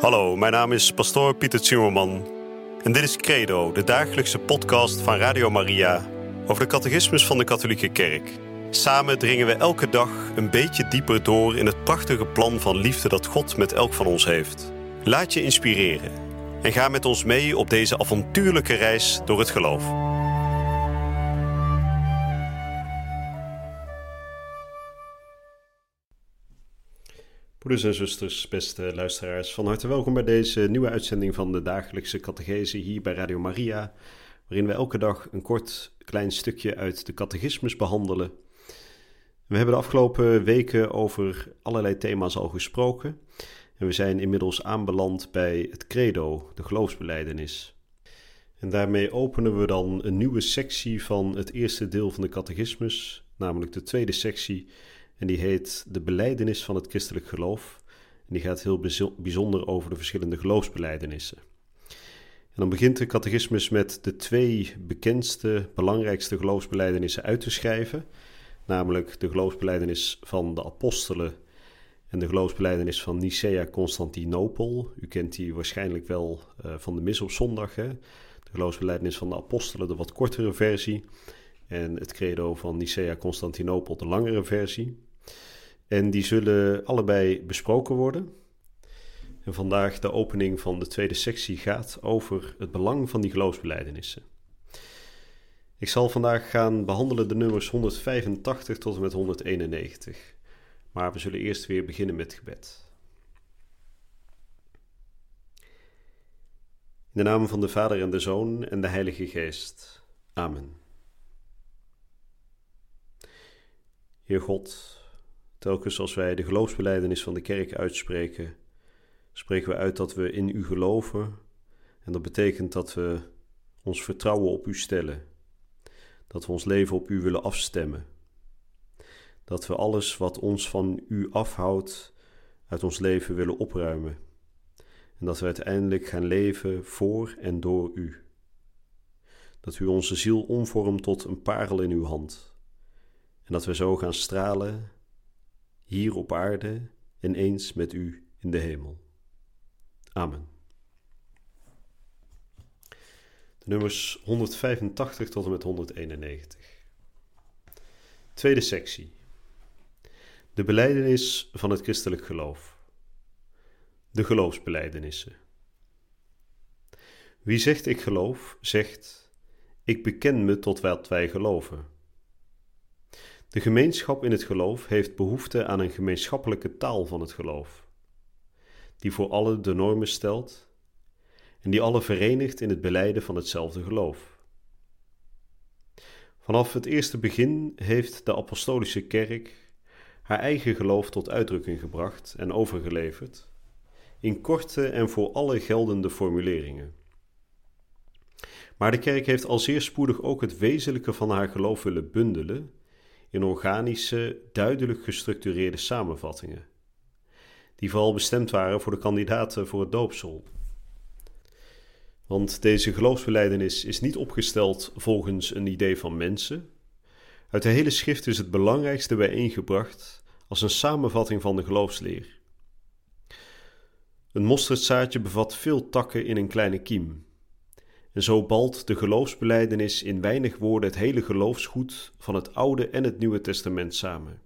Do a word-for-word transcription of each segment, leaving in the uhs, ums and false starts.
Hallo, mijn naam is pastoor Pieter Zimmerman en dit is Credo, de dagelijkse podcast van Radio Maria over de catechismus van de katholieke kerk. Samen dringen we elke dag een beetje dieper door in het prachtige plan van liefde dat God met elk van ons heeft. Laat je inspireren en ga met ons mee op deze avontuurlijke reis door het geloof. Broeders en zusters, beste luisteraars, van harte welkom bij deze nieuwe uitzending van de dagelijkse catechese hier bij Radio Maria, waarin we elke dag een kort klein stukje uit de catechismus behandelen. We hebben de afgelopen weken over allerlei thema's al gesproken en we zijn inmiddels aanbeland bij het credo, de geloofsbelijdenis. En daarmee openen we dan een nieuwe sectie van het eerste deel van de catechismus, namelijk de tweede sectie. En die heet de belijdenis van het christelijk geloof. En die gaat heel bijzonder over de verschillende geloofsbelijdenissen. En dan begint de catechismus met de twee bekendste, belangrijkste geloofsbelijdenissen uit te schrijven. Namelijk de geloofsbelijdenis van de apostelen en de geloofsbelijdenis van Nicea-Constantinopel. U kent die waarschijnlijk wel uh, van de mis op zondag. Hè? De geloofsbelijdenis van de apostelen, de wat kortere versie. En het credo van Nicea-Constantinopel, de langere versie. En die zullen allebei besproken worden. En vandaag de opening van de tweede sectie gaat over het belang van die geloofsbelijdenissen. Ik zal vandaag gaan behandelen de nummers honderdvijfentachtig tot en met honderdeenennegentig. Maar we zullen eerst weer beginnen met gebed. In de naam van de Vader en de Zoon en de Heilige Geest. Amen. Heer God, telkens als wij de geloofsbelijdenis van de kerk uitspreken, spreken we uit dat we in u geloven en dat betekent dat we ons vertrouwen op u stellen, dat we ons leven op u willen afstemmen, dat we alles wat ons van u afhoudt uit ons leven willen opruimen en dat we uiteindelijk gaan leven voor en door u, dat u onze ziel omvormt tot een parel in uw hand. En dat we zo gaan stralen, hier op aarde en eens met u in de hemel. Amen. De nummers honderdvijfentachtig tot en met honderdeenennegentig. Tweede sectie. De belijdenis van het christelijk geloof. De geloofsbelijdenissen. Wie zegt ik geloof, zegt ik beken me tot wat wij geloven. De gemeenschap in het geloof heeft behoefte aan een gemeenschappelijke taal van het geloof, die voor allen de normen stelt en die allen verenigt in het belijden van hetzelfde geloof. Vanaf het eerste begin heeft de apostolische kerk haar eigen geloof tot uitdrukking gebracht en overgeleverd, in korte en voor alle geldende formuleringen. Maar de kerk heeft al zeer spoedig ook het wezenlijke van haar geloof willen bundelen in organische, duidelijk gestructureerde samenvattingen, die vooral bestemd waren voor de kandidaten voor het doopsel. Want deze geloofsbelijdenis is niet opgesteld volgens een idee van mensen. Uit de hele schrift is het belangrijkste bijeengebracht als een samenvatting van de geloofsleer. Een mosterdzaadje bevat veel takken in een kleine kiem. En zo balt de geloofsbelijdenis in weinig woorden het hele geloofsgoed van het Oude en het Nieuwe Testament samen.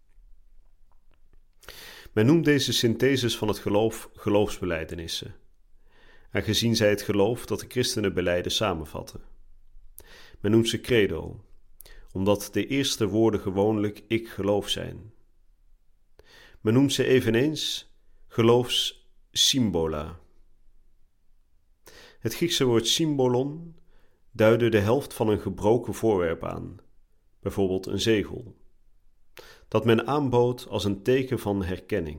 Men noemt deze syntheses van het geloof geloofsbelijdenissen, aangezien zij het geloof dat de christenen belijden samenvatten. Men noemt ze credo, omdat de eerste woorden gewoonlijk ik geloof zijn. Men noemt ze eveneens geloofssymbola. Het Griekse woord symbolon duidde de helft van een gebroken voorwerp aan, bijvoorbeeld een zegel, dat men aanbood als een teken van herkenning.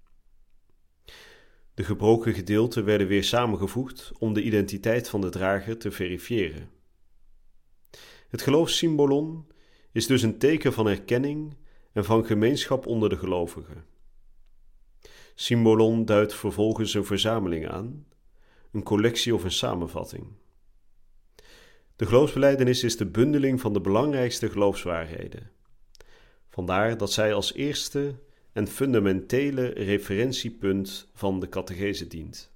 De gebroken gedeelten werden weer samengevoegd om de identiteit van de drager te verifiëren. Het geloofssymbolon is dus een teken van herkenning en van gemeenschap onder de gelovigen. Symbolon duidt vervolgens een verzameling aan, een collectie of een samenvatting. De geloofsbelijdenis is de bundeling van de belangrijkste geloofswaarheden. Vandaar dat zij als eerste en fundamentele referentiepunt van de catechese dient.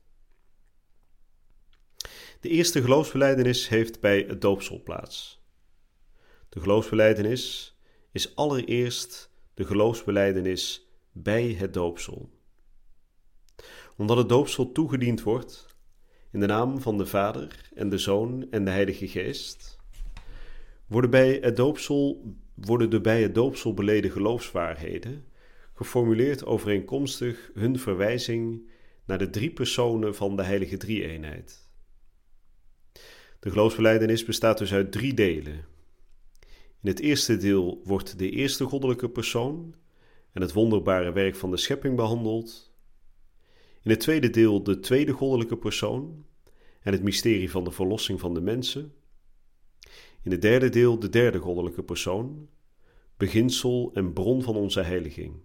De eerste geloofsbelijdenis heeft bij het doopsel plaats. De geloofsbelijdenis is allereerst de geloofsbelijdenis bij het doopsel. Omdat het doopsel toegediend wordt in de naam van de Vader en de Zoon en de Heilige Geest, worden, bij het doopsel, worden de bij het doopsel beleden geloofswaarheden geformuleerd overeenkomstig hun verwijzing naar de drie personen van de heilige drie-eenheid. De geloofsbelijdenis bestaat dus uit drie delen. In het eerste deel wordt de eerste goddelijke persoon en het wonderbare werk van de schepping behandeld. In het tweede deel de tweede goddelijke persoon en het mysterie van de verlossing van de mensen. In het derde deel de derde goddelijke persoon, beginsel en bron van onze heiliging.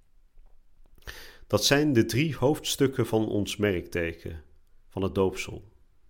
Dat zijn de drie hoofdstukken van ons merkteken, van het doopsel.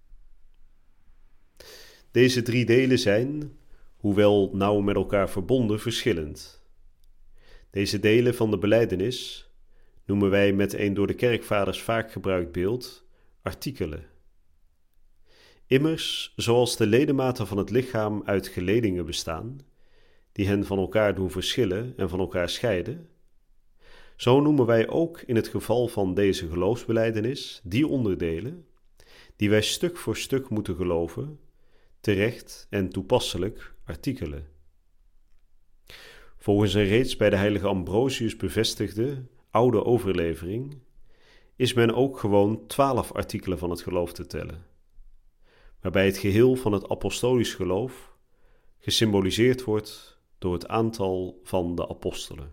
Deze drie delen zijn, hoewel nauw met elkaar verbonden, verschillend. Deze delen van de belijdenis noemen wij met een door de kerkvaders vaak gebruikt beeld artikelen. Immers, zoals de ledematen van het lichaam uit geledingen bestaan, die hen van elkaar doen verschillen en van elkaar scheiden, zo noemen wij ook in het geval van deze geloofsbelijdenis die onderdelen, die wij stuk voor stuk moeten geloven, terecht en toepasselijk artikelen. Volgens een reeds bij de heilige Ambrosius bevestigde oude overlevering is men ook gewoon twaalf artikelen van het geloof te tellen, waarbij het geheel van het apostolisch geloof gesymboliseerd wordt door het aantal van de apostelen.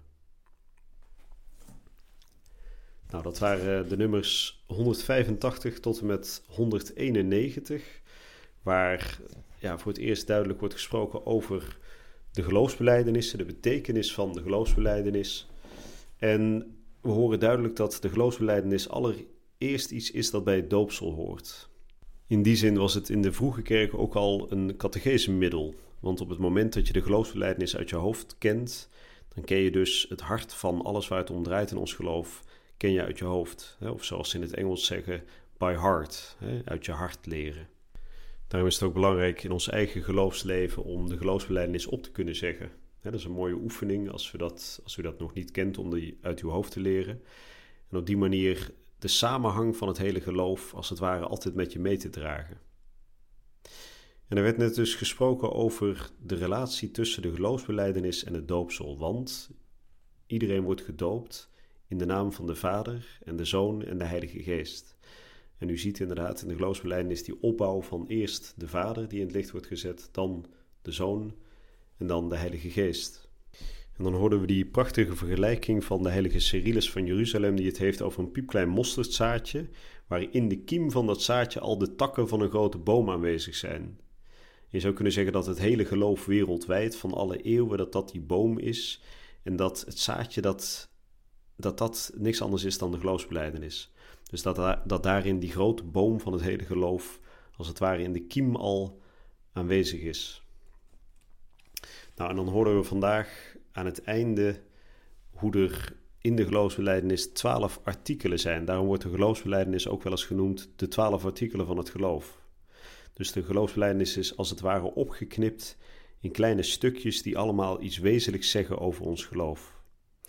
Nou, dat waren de nummers honderdvijfentachtig tot en met honderdeenennegentig, waar ja, voor het eerst duidelijk wordt gesproken over de geloofsbelijdenissen, de betekenis van de geloofsbelijdenis. En we horen duidelijk dat de geloofsbelijdenis allereerst iets is dat bij het doopsel hoort. In die zin was het in de vroege kerk ook al een catechesemiddel. Want op het moment dat je de geloofsbelijdenis uit je hoofd kent, dan ken je dus het hart van alles waar het om draait in ons geloof, ken je uit je hoofd. Of zoals ze in het Engels zeggen, by heart, uit je hart leren. Daarom is het ook belangrijk in ons eigen geloofsleven om de geloofsbelijdenis op te kunnen zeggen. Dat is een mooie oefening als u dat, als u dat nog niet kent om die uit uw hoofd te leren. En op die manier de samenhang van het hele geloof als het ware altijd met je mee te dragen. En er werd net dus gesproken over de relatie tussen de geloofsbelijdenis en het doopsel. Want iedereen wordt gedoopt in de naam van de Vader en de Zoon en de Heilige Geest. En u ziet inderdaad in de geloofsbelijdenis die opbouw van eerst de Vader die in het licht wordt gezet, dan de Zoon en dan de Heilige Geest. En dan hoorden we die prachtige vergelijking van de heilige Cyrillus van Jeruzalem die het heeft over een piepklein mosterdzaadje, waar in de kiem van dat zaadje al de takken van een grote boom aanwezig zijn. Je zou kunnen zeggen dat het hele geloof wereldwijd van alle eeuwen, dat dat die boom is en dat het zaadje dat dat, dat niks anders is dan de geloofsbelijdenis. Dus dat, dat daarin die grote boom van het hele geloof als het ware in de kiem al aanwezig is. Nou, en dan horen we vandaag aan het einde hoe er in de geloofsbelijdenis twaalf artikelen zijn. Daarom wordt de geloofsbelijdenis ook wel eens genoemd de twaalf artikelen van het geloof. Dus de geloofsbelijdenis is als het ware opgeknipt in kleine stukjes die allemaal iets wezenlijks zeggen over ons geloof.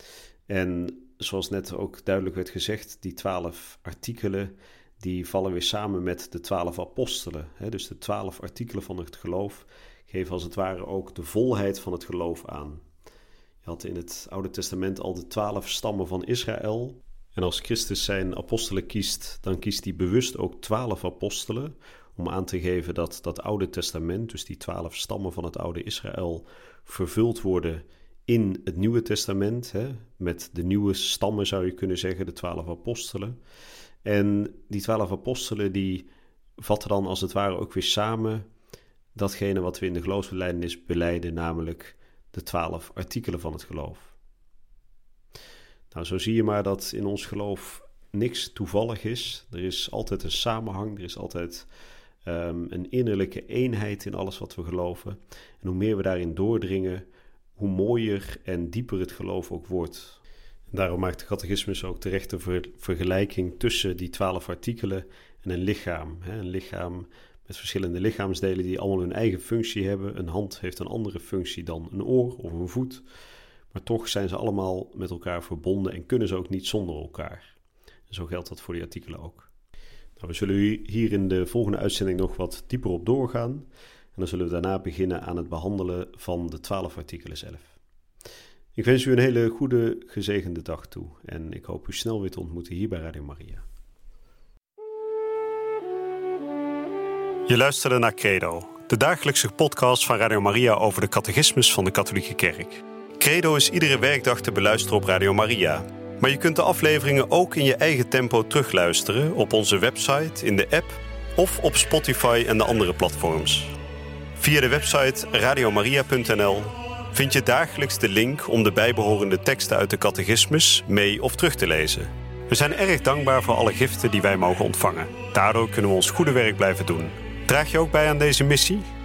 En zoals net ook duidelijk werd gezegd, die twaalf artikelen die vallen weer samen met de twaalf apostelen. Dus de twaalf artikelen van het geloof geven als het ware ook de volheid van het geloof aan. Je had in het Oude Testament al de twaalf stammen van Israël. En als Christus zijn apostelen kiest, dan kiest hij bewust ook twaalf apostelen om aan te geven dat dat Oude Testament, dus die twaalf stammen van het oude Israël, vervuld worden in het Nieuwe Testament, hè, met de nieuwe stammen zou je kunnen zeggen, de twaalf apostelen. En die twaalf apostelen die vatten dan als het ware ook weer samen datgene wat we in de geloofsbelijdenis belijden, namelijk de twaalf artikelen van het geloof. Nou, zo zie je maar dat in ons geloof niks toevallig is. Er is altijd een samenhang, er is altijd um, een innerlijke eenheid in alles wat we geloven. En hoe meer we daarin doordringen, hoe mooier en dieper het geloof ook wordt. Daarom maakt de catechismus ook terecht de ver- vergelijking tussen die twaalf artikelen en een lichaam. Een lichaam met verschillende lichaamsdelen die allemaal hun eigen functie hebben. Een hand heeft een andere functie dan een oor of een voet. Maar toch zijn ze allemaal met elkaar verbonden en kunnen ze ook niet zonder elkaar. En zo geldt dat voor die artikelen ook. Nou, we zullen hier in de volgende uitzending nog wat dieper op doorgaan. En dan zullen we daarna beginnen aan het behandelen van de twaalf artikelen zelf. Ik wens u een hele goede, gezegende dag toe. En ik hoop u snel weer te ontmoeten hier bij Radio Maria. Je luisterde naar Credo, de dagelijkse podcast van Radio Maria over de catechismus van de Katholieke Kerk. Credo is iedere werkdag te beluisteren op Radio Maria. Maar je kunt de afleveringen ook in je eigen tempo terugluisteren op onze website, in de app of op Spotify en de andere platforms. Via de website radiomaria punt n l vind je dagelijks de link om de bijbehorende teksten uit de catechismus mee of terug te lezen. We zijn erg dankbaar voor alle giften die wij mogen ontvangen. Daardoor kunnen we ons goede werk blijven doen. Draag je ook bij aan deze missie?